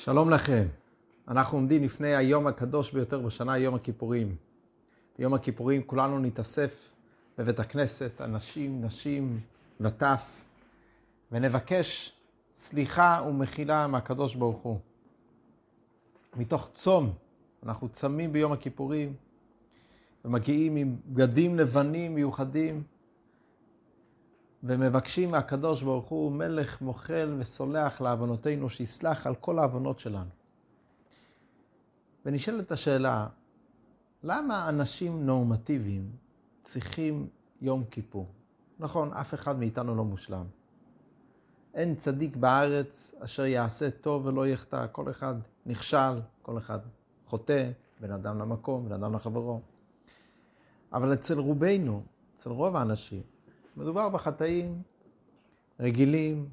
שלום לכם. אנחנו עומדים לפני היום הקדוש ביותר בשנה, יום הכיפורים. ביום הכיפורים כולנו נתאסף בבית הכנסת, אנשים, נשים וטף, ונבקש סליחה ומחילה מהקדוש ברוך הוא. מתוך צום, אנחנו צמים ביום הכיפורים, ומגיעים עם בגדים לבנים מיוחדים, ומבקשים מהקדוש ברוך הוא מלך מוחל וסולח לעוונותינו, שיסלח על כל העוונות שלנו. ונשאלת השאלה, למה אנשים נורמטיביים צריכים יום כיפור? נכון, אף אחד מאיתנו לא מושלם. אין צדיק בארץ אשר יעשה טוב ולא יחטא. כל אחד נכשל, כל אחד חוטא, בן אדם למקום, בן אדם לחברו. אבל אצל רובנו, אצל רוב האנשים, מדובר בחטאים רגילים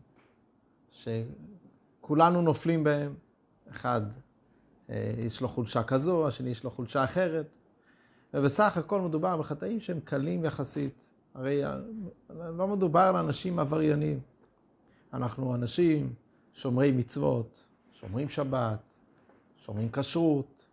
שכולנו נופלים בהם. אחד יש לו חולשה כזו, השני יש לו חולשה אחרת. ובסך הכל מדובר בחטאים שהם קלים יחסית. הרי לא מדובר על אנשים עבריינים. אנחנו אנשים שומרי מצוות, שומרים שבת, שומרים כשרות,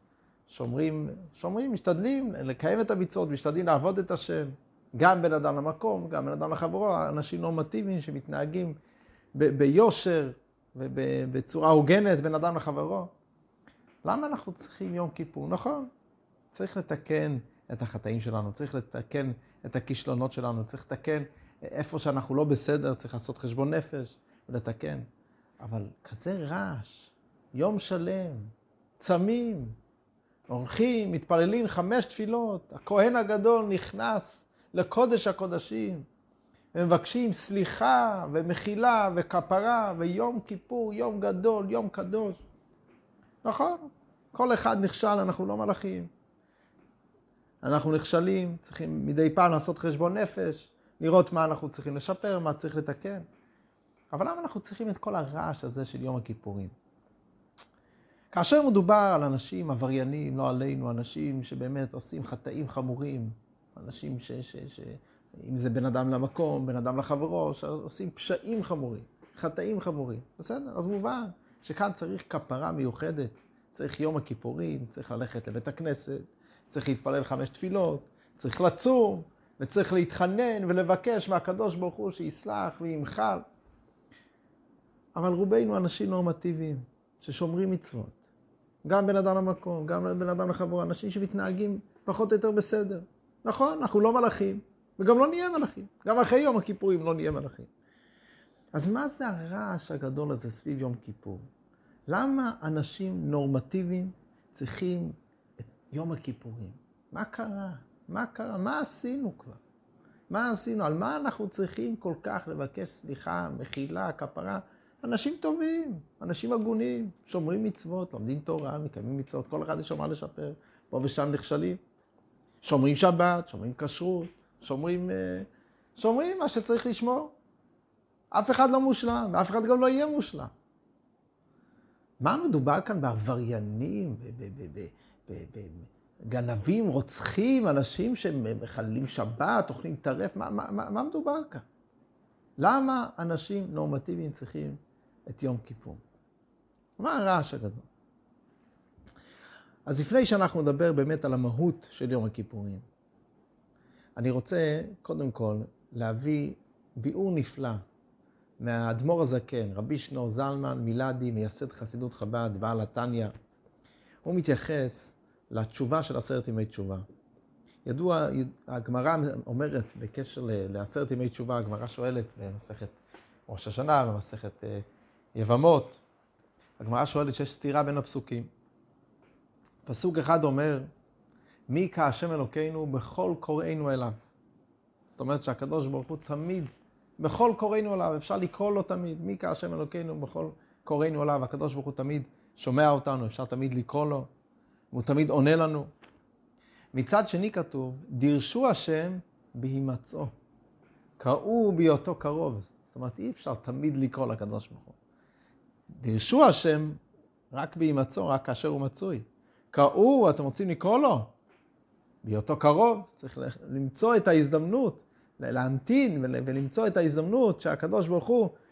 משתדלים לקיים את המצוות, משתדלים לעבוד את השם. גם בן אדם למקום, גם בן אדם לחברו, אנשים נורמטיביים שמתנהגים ביושר ובצורה הוגנת בן אדם לחברו. למה אנחנו צריכים יום כיפור? נכון, צריך לתקן את החטאים שלנו, צריך לתקן את הכישלונות שלנו, צריך לתקן איפה שאנחנו לא בסדר, צריך לעשות חשבון נפש ולתקן. אבל כזה רעש, יום שלם, צמים, הולכים, מתפללים 5 תפילות, הכהן הגדול נכנס לקודש הקודשים, ומבקשים סליחה ומחילה וכפרה, ויום כיפור, יום גדול, יום קדוש. נכון, כל אחד נכשל, אנחנו לא מלאכים. אנחנו נכשלים, צריכים מדי פעם לעשות חשבון נפש, לראות מה אנחנו צריכים לשפר, מה צריך לתקן. אבל למה אנחנו צריכים את כל הרעש הזה של יום הכיפורים? כאשר מדובר על אנשים עבריינים, לא עלינו, אנשים שבאמת עושים חטאים חמורים, אנשים אם זה בן אדם למקום, בן אדם לחברו, שעושים פשעים חמורים, חטאים חמורים. בסדר, אז מובן שכאן צריך כפרה מיוחדת, צריך יום הכיפורים, צריך ללכת לבית הכנסת, צריך להתפלל 5 תפילות, צריך לצום, וצריך להתחנן ולבקש מהקדוש ברוך הוא שיסלח וימחל. אבל רובנו אנשים נורמטיביים, ששומרים מצוות. גם בן אדם למקום, גם בן אדם לחברו, אנשים שמתנהגים פחות או יותר בסדר. נכון, אנחנו לא מלאכים, וגם לא נהיה מלאכים. גם אחרי יום הכיפורים לא נהיה מלאכים. אז מה זה הרעש הגדול הזה סביב יום כיפור? למה אנשים נורמטיביים צריכים את יום הכיפורים? מה קרה? מה קרה? מה עשינו כבר? מה עשינו? על מה אנחנו צריכים כל כך לבקש סליחה, מחילה, כפרה? אנשים טובים, אנשים הגונים, שומרים מצוות, לומדים תורה, מקיימים מצוות, כל אחד יש מה לשפר, פה ושם נכשלים. שומרים שבת, שומרים כשרות, שומרים מה שצריך לשמור. אף אחד לא מושלם, ואף אחד גם לא יהיה מושלם. מה מדובר כאן בעבריינים, בגנבים, רוצחים, אנשים שמחללים שבת, אוכלים טרף? מה מדובר כאן? למה אנשים נורמטיביים צריכים את יום כיפור? מה הרעש הגדול? אז לפני שאנחנו נדבר באמת על המהות של יום הכיפורים, אני רוצה קודם כל להביא ביאור נפלא מהאדמו"ר הזקן, רבי שנור זלמן מילדי, מייסד חסידות חב"ד, בעל התניא. הוא מתייחס לתשובה של 10 ימי תשובה. ידוע, הגמרא אומרת בקשר ל10 ימי תשובה, הגמרא שואלת במסכת ראש השנה, במסכת יבמות, הגמרא שואלת שיש סתירה בין הפסוקים. פסוק אחד אומר, מי כהשם אלוקינו בכל קוראינו אליו. זאת אומרת שהקדוש ברוך הוא תמיד, בכל קוראינו אליו, אפשר לקרוא לו תמיד, מי כהשם אלוקינו בכל קוראינו אליו. הקדוש ברוך הוא תמיד שומע אותנו, אפשר תמיד לקרוא לו, והוא תמיד עונה לנו. מצד שני כתוב, דירשו השם בהימצאו, קראו בהיותו קרוב. זאת אומרת, אי אפשר תמיד לקרוא לקדוש ברוך הוא. דירשו השם רק בהימצאו, רק כאשר הוא מצוי. קראו, אתם רוצים לקרוא לו? בהיותו קרוב, צריך למצוא את ההזדמנות, להמתין ולמצוא את ההזדמנות שהקדוש ברוך הוא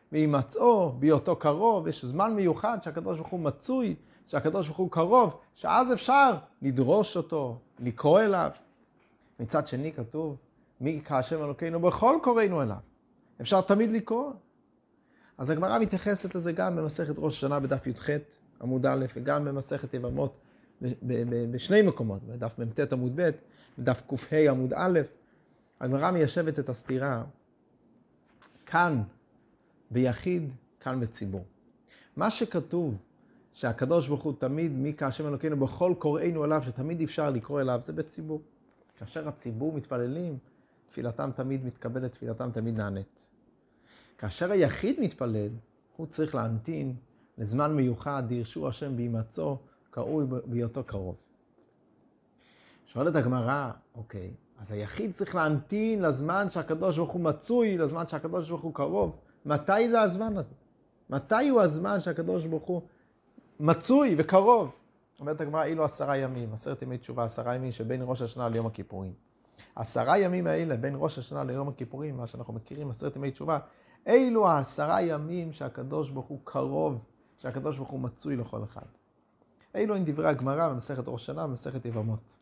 והימצאו בהיותו קרוב, יש זמן מיוחד שהקדוש ברוך הוא מצוי, שהקדוש ברוך הוא קרוב, שאז אפשר לדרוש אותו, לקרוא אליו. מצד שני כתוב, מי כהשם אלוקינו בכל קוראינו אליו. אפשר תמיד לקרוא. אז הגמרא מתייחסת לזה גם במסכת ראש השנה בדף י"ח עמוד א', וגם במסכת יבמות בשני מקומות, בדף מ"ט עמוד ב', בדף ק"ה עמוד א'. הגמרא מיישבת את הסתירה כאן ביחיד, כאן בציבור. מה שכתוב שהקדוש ברוך הוא תמיד, מי כהשם אלוקינו בכל קוראינו אליו, שתמיד אפשר לקרוא אליו, זה בציבור. כאשר הציבור מתפללים, תפילתם תמיד מתקבלת, תפילתם תמיד נענית. כאשר היחיד מתפלל, הוא צריך להמתין לזמן מיוחד, דרשו השם בהימצאו, קראוי בהיותו קרוב. שואלת הגמרא, אוקיי, אז היחיד צריך להמתין לזמן שהקדוש ברוך הוא מצוי, לזמן שהקדוש ברוך הוא קרוב. מתי זה הזמן הזה? מתי הוא הזמן שהקדוש ברוך הוא מצוי וקרוב? אומרת הגמרא, אילו 10 ימים, 10 ימי תשובה, 10 ימים שבין ראש השנה ליום הכיפורים. 10 ימים האלה בין ראש השנה ליום הכיפורים, מה שאנחנו מכירים, 10 ימי תשובה, אילו 10 ימים שהקדוש ברוך הוא קרוב, שהקדוש ברוך הוא מצוי לכל אחד. אילו הם דברי הגמרא במסכת ראש השנה, במסכת יבמות.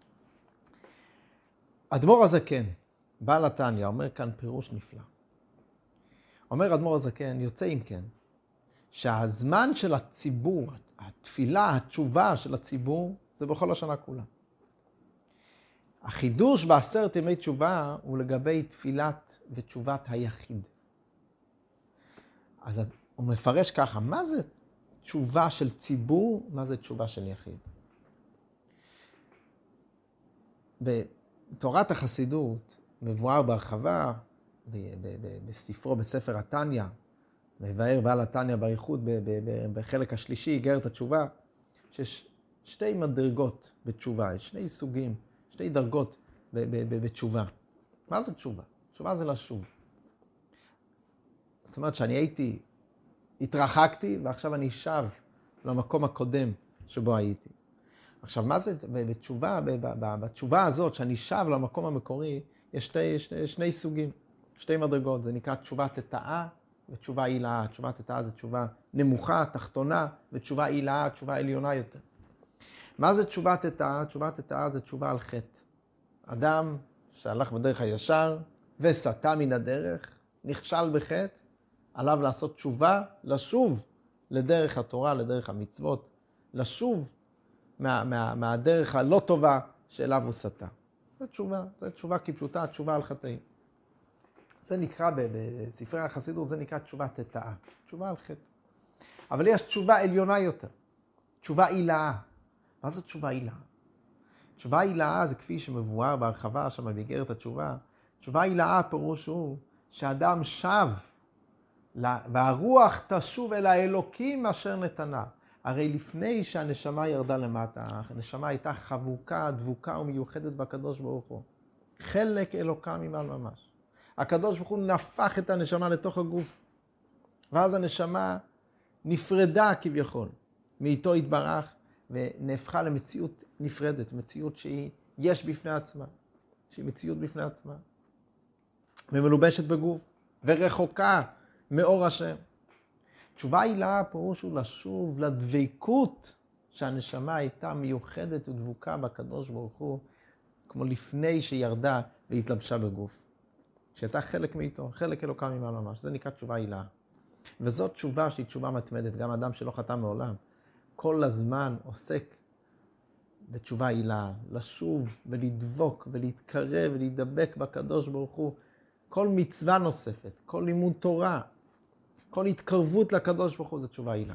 אדמו"ר הזקן, בעל התניא, אומר כאן פירוש נפלא. אומר אדמו"ר הזקן, יוצא אם כן, שהזמן של הציבור, התפילה, התשובה של הציבור, זה בכל השנה כולה. החידוש ב10 ימי תשובה הוא לגבי תפילת ותשובת היחיד. אז הוא מפרש ככה, מה זה תשובה של ציבור, מה זה תשובה של יחיד? בתורת החסידות מבואר בהרחבה, בספרו, בספר התניא, מבאר בעל התניא באריכות בחלק השלישי, איגרת התשובה, שיש 2 מדרגות בתשובה, יש 2 סוגים, 2 דרגות בתשובה. מה זה תשובה? תשובה זה לשוב. זאת אומרת שאני התרחקתי ועכשיו אני שב למקום הקודם שבו הייתי. עכשיו מה זה בתשובה? בתשובה הזאת שאני שב למקום המקורי, יש 2 סוגים, 2 מדרגות. זה נקרא תשובה תתאה ותשובה עילאה. תשובה תתאה זה תשובה נמוכה, תחתונה, ותשובה עילאה, תשובה עליונה יותר. מה זה תשובה תתאה? תשובה תתאה זה תשובה על חטא. אדם שהלך בדרך הישר וסטה מן הדרך, נכשל בחטא, עליו לעשות תשובה, לשוב לדרך התורה, לדרך המצוות, לשוב מהדרך הלא טובה שאליו הוא סטה. זה תשובה כפשוטה, תשובה על חטאים. זה נקרא בספרי החסידות, זה נקרא תשובה תתאה, תשובה על חטא. אבל יש תשובה עליונה יותר, תשובה עילאה. מה זה תשובה עילאה? תשובה עילאה זה כפי שמבואר בהרחבה שם באיגרת התשובה. תשובה עילאה פירוש הוא שאדם שב, והרוח תשוב אל האלוקים אשר נתנה. הרי לפני שהנשמה ירדה למטה, הנשמה הייתה חבוקה, דבוקה ומיוחדת בקדוש ברוך הוא. חלק אלוקה ממעל ממש. הקדוש ברוך הוא נפח את הנשמה לתוך הגוף, ואז הנשמה נפרדה כביכול מאיתו התברך, ונהפכה למציאות נפרדת, מציאות שהיא יש בפני עצמה, שהיא מציאות בפני עצמה, ומלובשת בגוף, ורחוקה מאור השם. תשובה עילאה פירוש הוא לשוב לדבקות שהנשמה הייתה מיוחדת ודבוקה בקדוש ברוך הוא, כמו לפני שירדה והתלבשה בגוף. שהייתה חלק מאיתו, חלק אלוקה ממעל ממש. זה נקרא תשובה עילאה. וזאת תשובה שהיא תשובה מתמדת. גם אדם שלא חטא מעולם, כל הזמן עוסק בתשובה עילאה. לשוב ולדבוק ולהתקרב ולהידבק בקדוש ברוך הוא. כל מצווה נוספת, כל לימוד תורה, כל התקרבות לקדוש ברוך הוא זה תשובה עילאה.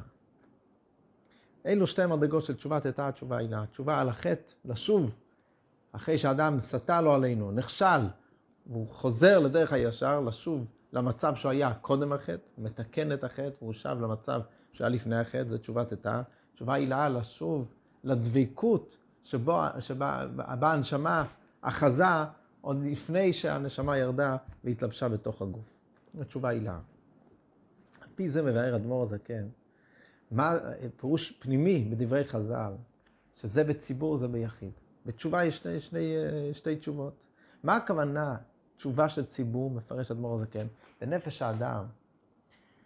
אלו 2 מדרגות של תשובה תתאה, תשובה עילאה. תשובה על החטא, לשוב, אחרי שאדם סטה לו עלינו, נכשל, והוא חוזר לדרך הישר, לשוב למצב שהוא היה קודם החטא, הוא מתקן את החטא, והוא שב למצב שהוא היה לפני החטא, זה תשובה תתאה. תשובה עילאה לשוב לדבקות שבה הנשמה אחזה עוד לפני שהנשמה ירדה והתלבשה בתוך הגוף. זו תשובה עילאה. על פי זה מבאר אדמו"ר הזקן, מה פירוש פנימי בדברי חז"ל, שזה בציבור, זה ביחיד. בתשובה יש שתי תשובות. מה הכוונה תשובה של ציבור, מפרש אדמו"ר הזקן? בנפש האדם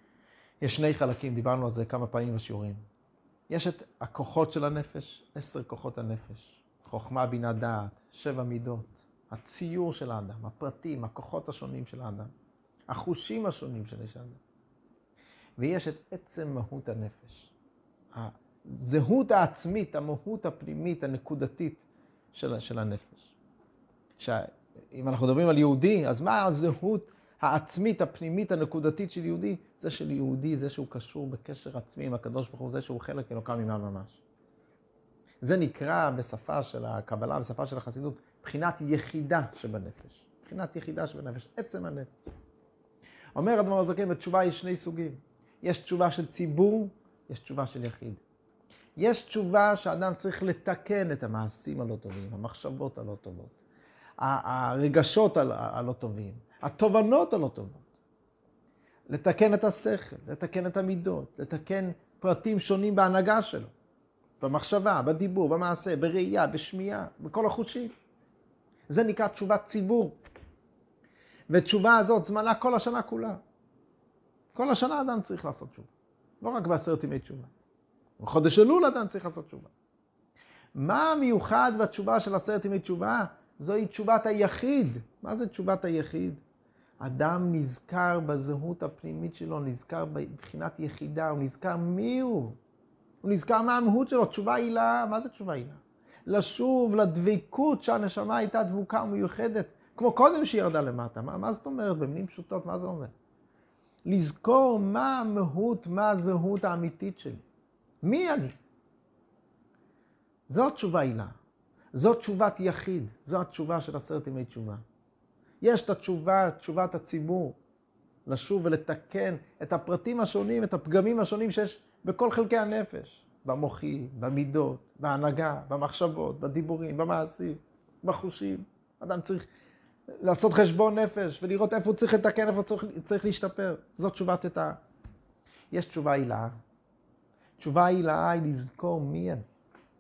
יש שני חלקים, דיברנו על זה כמה פעמים בשיעורים. יש את הכוחות של הנפש, 10 כוחות הנפש. חוכמה, בינה, דעת, 7 מידות, הציור של האדם, הפרטים, הכוחות השונים של האדם, החושים השונים של האדם. ויש את עצם מהות הנפש. הזהות העצמית, המהות הפנימית, הנקודתית של הנפש. אם אנחנו מדברים על יהודי, אז מה הזהות העצמית, הפנימית, הנקודתית של יהודי? זה של יהודי, זה שהוא קשור בקשר עצמי עם הקדוש ברוך הוא, זה שהוא חלק אלוקה ממעל ממש. זה נקרא בשפה של הקבלה, בשפה של החסידות, בחינת יחידה שבנפש. בחינת יחידה שבנפש, עצם הנפש. אומר אדמו"ר הזקן, בתשובה יש 2 סוגים. יש תשובה של ציבור, יש תשובה של יחיד. יש תשובה שאדם צריך לתקן את המעשים הלא טובים, המחשבות הלא טובות, הרגשות הלא טובים, התובנות הלא טובות. לתקן את השכל, לתקן את המידות, לתקן פרטים שונים בהנהגה שלו. במחשבה, בדיבור, במעשה, בראייה, בשמיעה, בכל החושים. זה נקרא תשובת ציבור. ותשובה הזאת זמנה כל השנה כולה. כל השנה אדם צריך לעשות תשובה. לא רק ב10 ימי תשובה. בחודש אלול אדם צריך לעשות תשובה. מה מיוחד בתשובה של 10 ימי תשובה? זוהי תשובת היחיד. מה זה תשובת היחיד? אדם נזכר בזהות הפנימית שלו, נזכר בבחינת יחידה, הוא נזכר מי הוא. הוא נזכר מה המהות שלו, תשובה הילה. מה זה תשובה הילה? לשוב לדבקות שהנשמה הייתה דבוקה ומיוחדת, כמו קודם שהיא ירדה למטה. מה זאת אומרת? במילים פשוטות, מה זה אומר? לזכור מה המהות, מה הזהות האמיתית שלי. מי אני? זאת תשובה הילה. זאת תשובת יחיד. זו התשובה של 10 ימי תשובה. יש את התשובה, תשובת הציבור, לשוב ולתקן את הפרטים השונים, את הפגמים השונים שיש בכל חלקי הנפש. במוחי, במידות, בהנהגה, במחשבות, בדיבורים, במעשים, בחושים. אדם צריך לעשות חשבון נפש ולראות איפה הוא צריך לתקן, איפה צריך להשתפר. זאת תשובת יש תשובה הילה. תשובה הילה היא לזכור מי אני.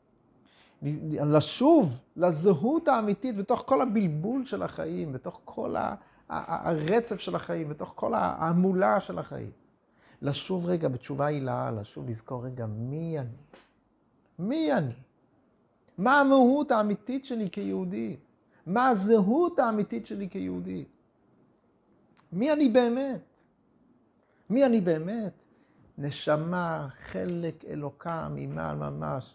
לשוב לזהות האמיתית בתוך כל הבלבול של החיים, בתוך כל הרצף של החיים, בתוך כל העמולה של החיים. לשוב רגע בתשובה הילה, לשוב לזכור רגע מי אני. מי אני? מה המהות האמיתית שלי כיהודי? מה הזהות האמיתית שלי כיהודי? מי אני באמת? מי אני באמת? נשמה, חלק אלוקה ממעל ממש,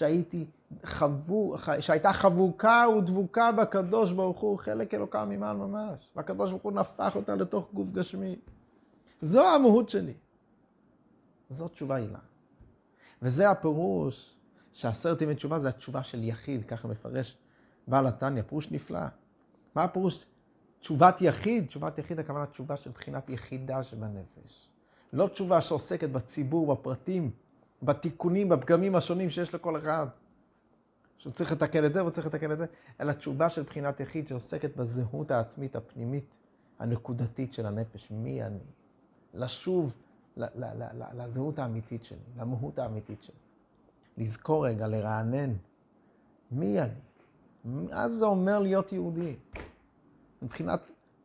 שהייתה חבוקה ודבוקה בקדוש ברוך הוא, חלק אלוקה ממעל ממש. והקדוש ברוך הוא נפח אותה לתוך גוף גשמי. זו המהות שלי. זו תשובה הילה. וזה הפירוש ש10 ימי תשובה זה התשובה של יחיד, ככה מפרש בעל התניא, פירוש נפלא. מה הפירוש? תשובת יחיד. תשובת יחיד הכוונה תשובה של בחינת יחידה שבנפש. לא תשובה שעוסקת בציבור, בפרטים, בתיקונים, בפגמים השונים שיש לכל אחד. שהוא צריך לתקן את זה והוא צריך לתקן את זה, אלא תשובה של בחינת יחיד שעוסקת בזהות העצמית הפנימית, הנקודתית של הנפש. מי אני? לשוב לזהות האמיתית שלי, למהות האמיתית שלי. לזכור רגע, לרענן. מי אני? אז זה אומר להיות יהודי. מבחינת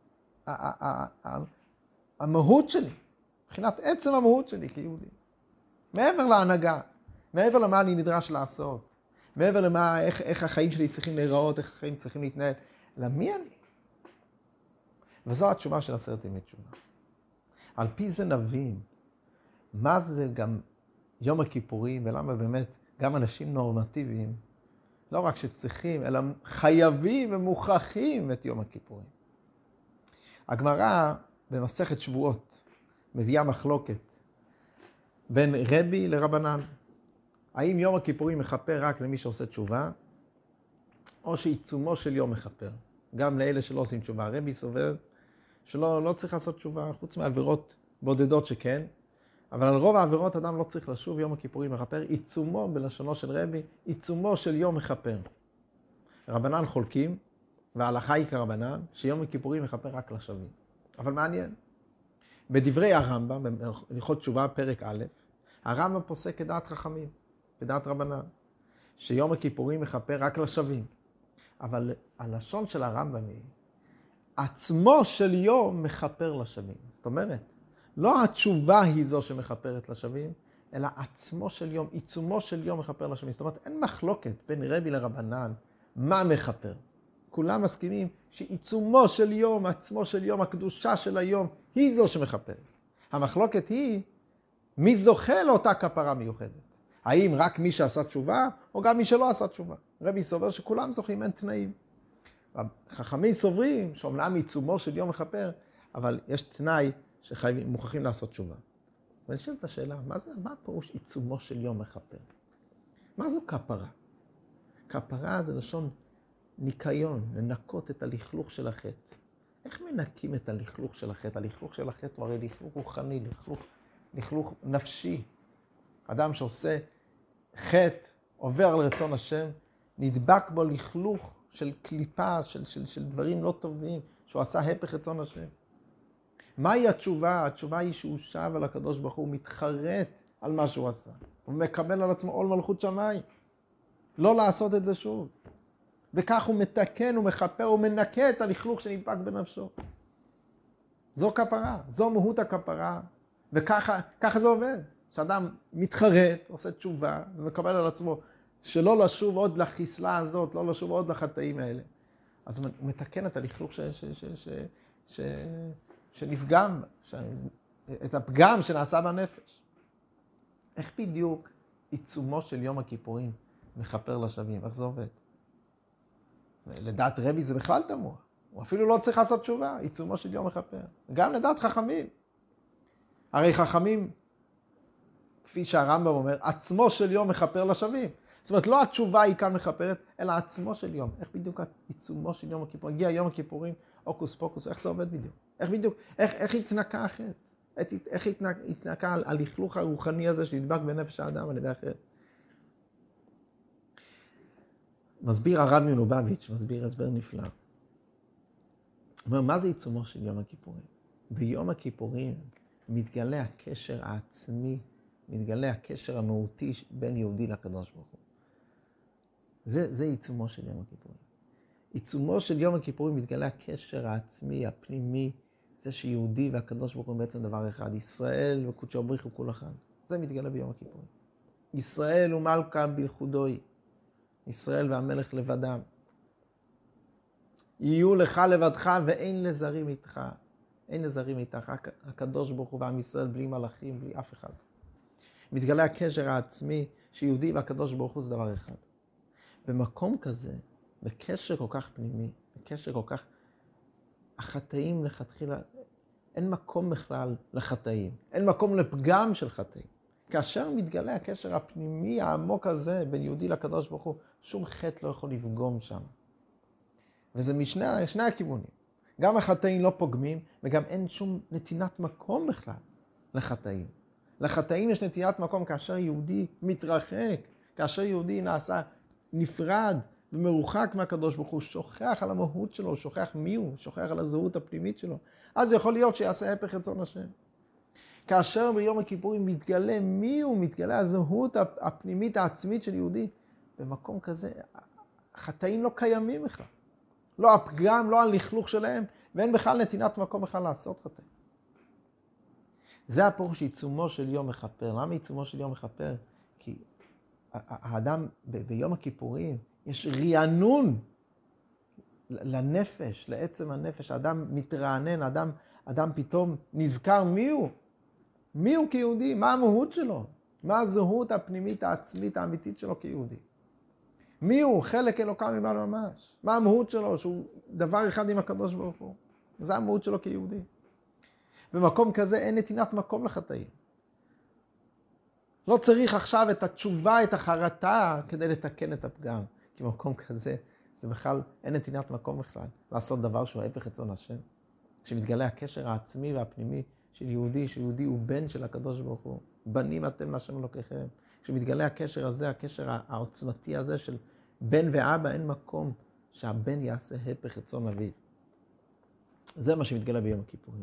המהות שלי, מבחינת עצם המהות שלי כיהודי. מעבר להנהגה, מעבר למה אני נדרש לעשות, מעבר למה, איך החיים שלי צריכים להיראות, איך החיים צריכים להתנהל, למי אני? וזו התשובה של 10 ימי תשובה. על פי זה נבין מה זה גם יום הכיפורים, ולמה באמת גם אנשים נורמטיביים, לא רק שצריכים, אלא חייבים ומוכרחים את יום הכיפורים. הגמרא במסכת שבועות מביאה מחלוקת בין רבי לרבנן. האם יום הכיפורים מכפר רק למי שעושה תשובה, או שעיצומו של יום מכפר? גם לאלה שלא עושים תשובה. רבי סובר שלא צריך לעשות תשובה, חוץ מעבירות בודדות שכן, אבל על רוב העבירות אדם לא צריך לשוב, יום הכיפורים מכפר. עיצומו, בלשונו של רבי, עיצומו של יום מכפר. רבנן חולקים, וההלכה היא כרבנן, שיום הכיפורים מכפר רק לשבים. אבל מעניין. בדברי הרמב"ם, בהלכות תשובה, פרק א', הרמב"ם פוסק כדעת חכמים, כדעת רבנן, שיום הכיפורים מכפר רק לשבים. אבל הלשון של הרמב"ם היא, עצמו של יום מכפר לשבים. זאת אומרת, לא התשובה היא זו שמכפרת לשווים, אלא עצמו של יום, עיצומו של יום מכפר לשווים. זאת אומרת, אין מחלוקת בין רבי לרבנן, מה מכפר. כולם מסכימים שעיצומו של יום, עצמו של יום, הקדושה של היום, היא זו שמכפרת. המחלוקת היא, מי זוכה לאותה כפרה מיוחדת? האם רק מי שעשה תשובה, או גם מי שלא עשה תשובה? רבי סובר שכולם זוכים, אין תנאים. חכמים סוברים שאומנם עיצומו של יום מכפר, אבל יש תנאי שמוכרחים לעשות תשובה. ואני שואל את השאלה, מה הפירוש עיצומו של יום מכפר? מה זו כפרה? כפרה זה לשון ניקיון, לנקות את הלכלוך של החטא. איך מנקים את הלכלוך של החטא? הלכלוך של החטא הוא הרי לכלוך רוחני, לכלוך נפשי. אדם שעושה חטא, עובר על רצון השם, נדבק בו לכלוך של קליפה, של דברים לא טובים, שהוא עשה הפך רצון השם. מהי התשובה? התשובה היא שהוא שב על הקדוש ברוך הוא, מתחרט על מה שהוא עשה. הוא מקבל על עצמו עול מלכות שמיים. לא לעשות את זה שוב. וכך הוא מתקן, הוא מכפר, הוא מנקה את הלכלוך שנדבק בנפשו. זו כפרה, זו מהות הכפרה, וככה זה עובד. שאדם מתחרט, עושה תשובה, ומקבל על עצמו שלא לשוב עוד לחיסלה הזאת, לא לשוב עוד לחטאים האלה. אז הוא מתקן את הלכלוך שנפגם, את הפגם שנעשה בנפש. איך בדיוק עיצומו של יום הכיפורים מכפר לשווים? איך זה עובד? לדעת רבי זה בכלל תמוה. הוא אפילו לא צריך לעשות תשובה, עיצומו של יום מכפר. גם לדעת חכמים. הרי חכמים, כפי שהרמב"ם אומר, עצמו של יום מכפר לשווים. זאת אומרת, לא התשובה היא כאן מכפרת, אלא עצמו של יום. איך בדיוק עיצומו של יום הכיפורים? הגיע יום הכיפורים, אוקוס פוקוס, איך זה עובד בדיוק? איך בדיוק, איך התנקה החטא? איך התנקה על הלכלוך הרוחני הזה שנדבק בנפש האדם על ידי החטא? מסביר הרב מלובביץ', מסביר הסבר נפלא. הוא אומר, מה זה עיצומו של יום הכיפורים? ביום הכיפורים מתגלה הקשר העצמי, מתגלה הקשר המהותי בין יהודי לקדוש ברוך הוא. זה עיצומו של יום הכיפורים. עיצומו של יום הכיפורים מתגלה הקשר העצמי, הפנימי, זה שיהודי והקדוש ברוך הוא בעצם דבר אחד. ישראל וקודשו בריך הוא כול אחד. זה מתגלה ביום הכיפורים. ישראל ומלכה בלכודוי. ישראל והמלך לבדם. יהיו לך לבדך ואין לזרים איתך. אין לזרים איתך. הקדוש ברוך הוא ועם ישראל בלי מלאכים, בלי אף אחד. מתגלה הקשר העצמי שיהודי והקדוש ברוך הוא זה דבר אחד. במקום כזה, בקשר כל כך פנימי, בקשר כל כך, החטאים לכתחילה, אין מקום בכלל לחטאים. אין מקום לפגם של חטאים. כאשר מתגלה הקשר הפנימי העמוק הזה בין יהודי לקדוש ברוך הוא, שום חטא לא יכול לפגום שם. וזה משני הכיוונים. גם החטאים לא פוגמים, וגם אין שום נתינת מקום בכלל לחטאים. לחטאים יש נתינת מקום כאשר יהודי מתרחק, כאשר יהודי נעשה נפרד ומרוחק מהקדוש ברוך הוא, שוכח על המהות שלו, שוכח מי הוא, שוכח על הזהות הפנימית שלו. אז יכול להיות שיעשה הפך רצון השם. כאשר ביום הכיפורים מתגלה מי הוא, מתגלה הזהות הפנימית העצמית של יהודי, במקום כזה החטאים לא קיימים בכלל. לא הפגם, לא הלכלוך שלהם, ואין בכלל נתינת מקום בכלל לעשות חטאים. זה הפירוש עיצומו של יום מכפר. למה עיצומו של יום מכפר? כי האדם ביום הכיפורים יש רענון לנפש, לעצם הנפש. האדם מתרענן, אדם פתאום נזכר מי הוא. מי הוא כיהודי? מה המהות שלו? מה הזהות הפנימית העצמית האמיתית שלו כיהודי? מי הוא? חלק אלוקם ממעל ממש. מה המהות שלו? שהוא דבר אחד עם הקדוש ברוך הוא. זה המהות שלו כיהודי. במקום כזה אין נתינת מקום לחטאים. לא צריך עכשיו את התשובה, את החרטה, כדי לתקן את הפגם. כי במקום כזה, זה בכלל, אין נתינת מקום בכלל. לעשות דבר שהוא הפך רצון השם. שמתגלה הקשר העצמי והפנימי של יהודי, שיהודי הוא בן של הקדוש ברוך הוא. בנים אתם להשם אלוקיכם. כשמתגלה הקשר הזה, הקשר העוצמתי הזה של בן ואבא, אין מקום שהבן יעשה הפך רצון אביו. זה מה שמתגלה ביום הכיפורים.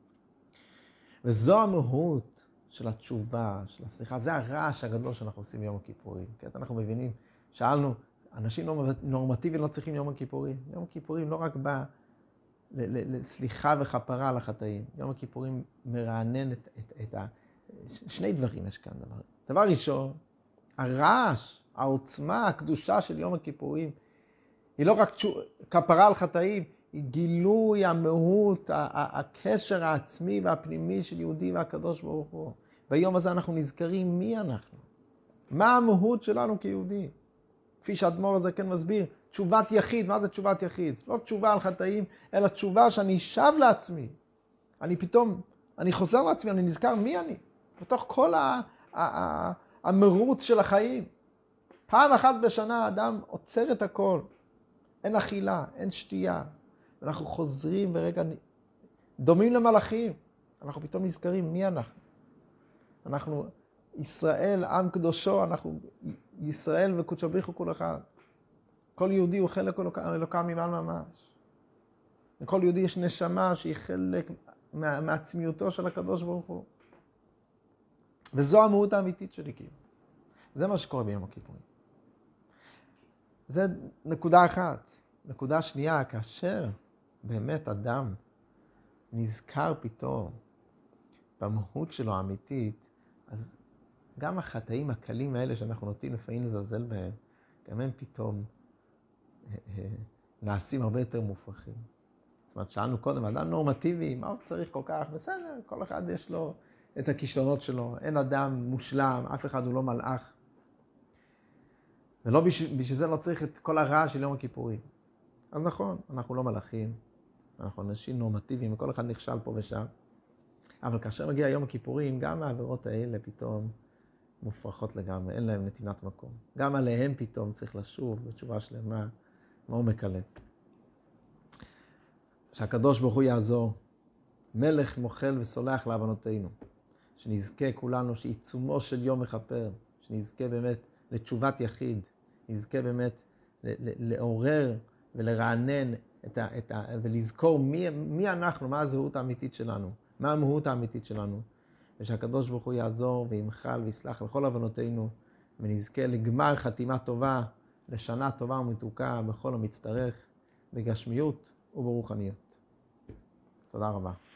וזו המהות של התשובה, של הסליחה. זה הרעש הגדול שאנחנו עושים ביום הכיפורים. כעת אנחנו מבינים, שאלנו, אנשים נורמטיביים לא צריכים יום הכיפורים. יום הכיפורים לא רק בא לסליחה וכפרה על החטאים. יום הכיפורים מרענן שני דברים יש כאן. דבר ראשון, הרעש, העוצמה, הקדושה של יום הכיפורים, היא לא רק כפרה על חטאים, היא גילוי המהות, הקשר העצמי והפנימי של יהודי והקדוש ברוך הוא. ביום הזה אנחנו נזכרים מי אנחנו. מה המהות שלנו כיהודי? כפי שהאדמו"ר הזה כן מסביר, תשובת יחיד, מה זה תשובת יחיד? לא תשובה על חטאים, אלא תשובה שאני שב לעצמי. אני חוזר לעצמי, אני נזכר מי אני. בתוך כל המרוץ של החיים. פעם אחת בשנה האדם עוצר את הכל. אין אכילה, אין שתייה. ואנחנו חוזרים ורגע דומים למלאכים. אנחנו פתאום נזכרים מי אנחנו. אנחנו ישראל, עם קדושו, אנחנו ישראל וקודשא בריך הוא כל אחד. כל יהודי הוא חלק אלוקה ממעל ממש. לכל יהודי יש נשמה שהיא חלק מעצמיותו של הקדוש ברוך הוא. וזו המהות האמיתית שלי כאילו. זה מה שקורה ביום הכיפורים. זה נקודה אחת. נקודה שנייה, כאשר באמת אדם נזכר פתאום במהות שלו האמיתית, אז גם החטאים הקלים האלה שאנחנו נוטים לפעמים לזלזל בהם, גם הם פתאום נעשים הרבה יותר מופרכים. זאת אומרת, שאלנו קודם, אדם נורמטיבי, מה הוא צריך כל כך? בסדר, כל אחד יש לו את הכישלונות שלו, אין אדם מושלם, אף אחד הוא לא מלאך. ולא בשביל זה לא צריך את כל הרע של יום הכיפורים. אז נכון, אנחנו לא מלאכים, אנחנו אנשים נורמטיביים, וכל אחד נכשל פה ושם. אבל כאשר מגיע יום הכיפורים, גם העבירות האלה פתאום מופרכות לגמרי, אין להם נתינת מקום. גם עליהם פתאום צריך לשוב בתשובה שלמה, מעומק הלב. שהקדוש ברוך הוא יעזור, מלך מוחל וסולח לעוונותינו, שנזכה כולנו שעיצומו של יום מכפר, שנזכה באמת לתשובת יחיד, נזכה באמת לעורר ולרענן ולזכור מי אנחנו, מה הזהות האמיתית שלנו, מה המהות האמיתית שלנו, ושהקדוש ברוך הוא יעזור וימחל ויסלח לכל עוונותינו, ונזכה לגמר חתימה טובה, לשנה טובה ומתוקה בכל המצטרך, בגשמיות וברוחניות. תודה רבה.